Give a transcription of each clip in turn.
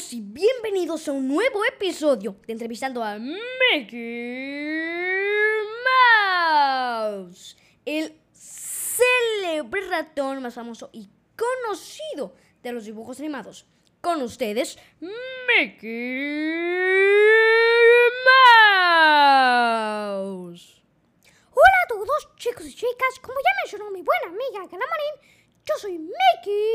todos y bienvenidos a un nuevo episodio de Entrevistando a Mickey Mouse, el célebre ratón más famoso y conocido de los dibujos animados. Con ustedes, Mickey Mouse. Hola a todos, chicos y chicas. Como ya mencionó mi buena amiga Calamarín, yo soy Mickey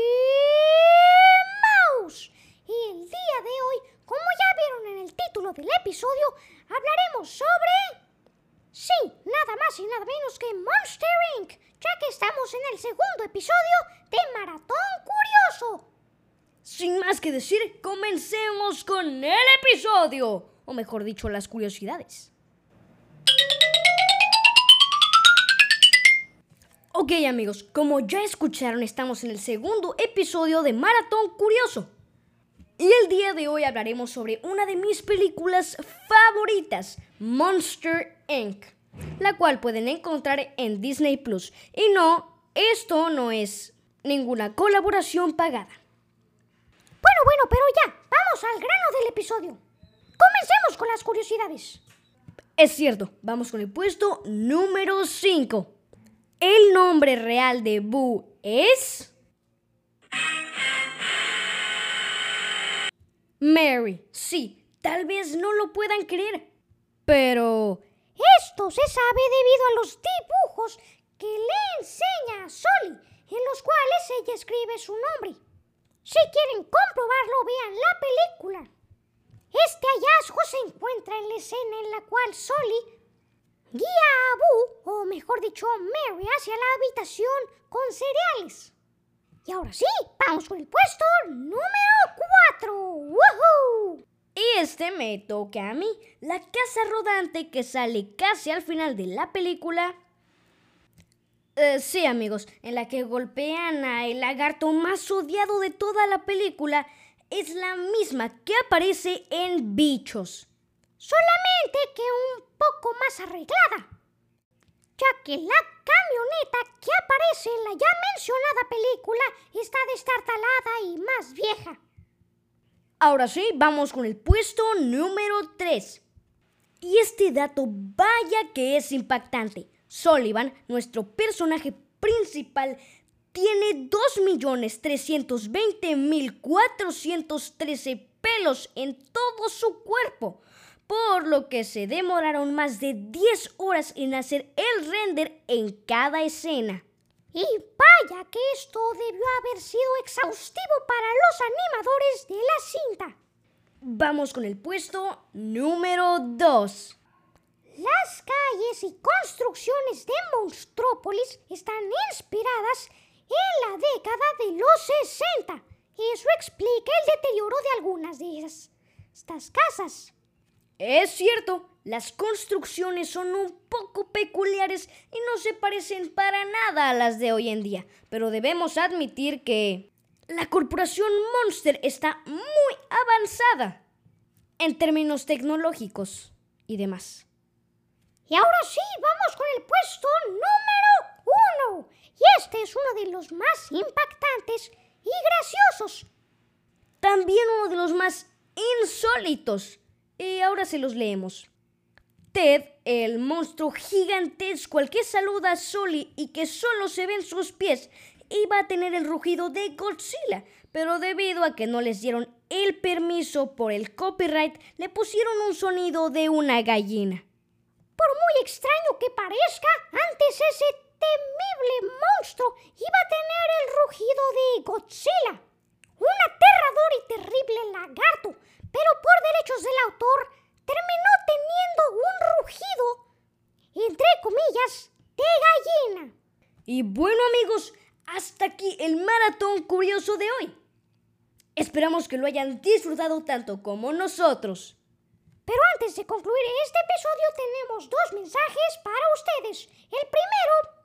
Mouse. Y el día de hoy, como ya vieron en el título del episodio, hablaremos sobre... Sí, nada más y nada menos que Monster Inc., ya que estamos en el segundo episodio de Maratón Curioso. Sin más que decir, comencemos con el episodio, o mejor dicho, las curiosidades. Ok amigos, como ya escucharon, estamos en el segundo episodio de Maratón Curioso. Y el día de hoy hablaremos sobre una de mis películas favoritas, Monster Inc., la cual pueden encontrar en Disney Plus. Y no, esto no es ninguna colaboración pagada. Bueno, pero ya, vamos al grano del episodio. Comencemos con las curiosidades. Es cierto, vamos con el puesto número 5. El nombre real de Boo es... Mary. Sí, tal vez no lo puedan creer, pero... Esto se sabe debido a los dibujos que le enseña a Sully, en los cuales ella escribe su nombre. Si quieren comprobarlo, vean la película. Este hallazgo se encuentra en la escena en la cual Sully guía a Boo, o mejor dicho, Mary, hacia la habitación con cereales. Y ahora sí, vamos con el puesto número 4. ¡Woohoo! Y este me toca a mí, la casa rodante que sale casi al final de la película. Sí, amigos, en la que golpean al lagarto más odiado de toda la película, es la misma que aparece en Bichos. Solamente que un poco más arreglada, ya que la camioneta que aparece en la ya mencionada película está destartalada y más vieja. Ahora sí, vamos con el puesto número 3. Y este dato, vaya que es impactante. Sullivan, nuestro personaje principal, tiene 2.320.413 pelos en todo su cuerpo, por lo que se demoraron más de 10 horas en hacer el render en cada escena. Y vaya que esto debió haber sido exhaustivo para los animadores de la cinta. Vamos con el puesto número 2. Las calles y construcciones de Monstrópolis están inspiradas en la década de los 60. Y eso explica el deterioro de algunas de estas casas. Es cierto, las construcciones son un poco peculiares y no se parecen para nada a las de hoy en día, pero debemos admitir que la corporación Monster está muy avanzada en términos tecnológicos y demás. Y ahora sí, vamos con el puesto número 1. Y este es uno de los más impactantes y graciosos. También uno de los más insólitos. Y ahora se los leemos. Ted, el monstruo gigantesco al que saluda a Sully y que solo se ven sus pies, iba a tener el rugido de Godzilla, pero debido a que no les dieron el permiso por el copyright, le pusieron un sonido de una gallina. Por muy extraño que parezca, antes ese temible monstruo iba a tener el rugido de Godzilla, un aterrador y terrible lagarto, pero por derechos del autor terminó teniendo un rugido, entre comillas, de gallina. Y bueno amigos, hasta aquí el maratón curioso de hoy. Esperamos que lo hayan disfrutado tanto como nosotros. Pero antes de concluir este episodio tenemos 2 mensajes para ustedes. El primero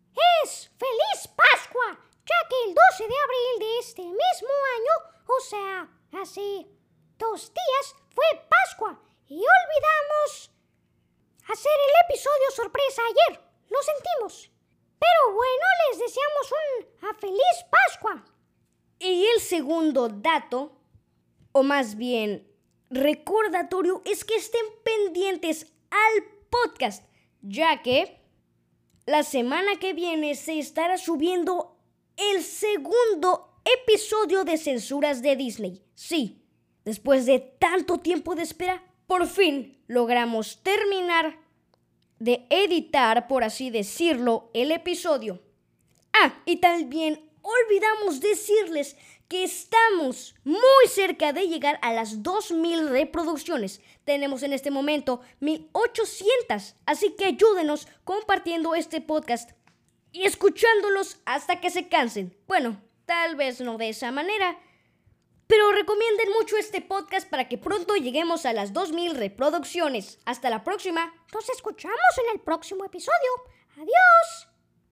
es ¡Feliz Pascua! Ya que el 12 de abril de este mismo año, o sea, hace 2 días, fue Pascua y olvidamos hacer el episodio sorpresa ayer. Lo sentimos. Pero bueno, les deseamos una feliz Pascua. Y el segundo dato o más bien, recordatorio es que estén pendientes al podcast, ya que la semana que viene se estará subiendo el segundo episodio de Censuras de Disney. Sí, después de tanto tiempo de espera, por fin logramos terminar de editar, por así decirlo, el episodio. Y también olvidamos decirles que estamos muy cerca de llegar a las 2000 reproducciones. Tenemos en este momento 1800, así que ayúdenos compartiendo este podcast y escuchándolos hasta que se cansen. Bueno, tal vez no de esa manera, pero recomienden mucho este podcast para que pronto lleguemos a las 2000 reproducciones. Hasta la próxima. Nos escuchamos en el próximo episodio. ¡Adiós!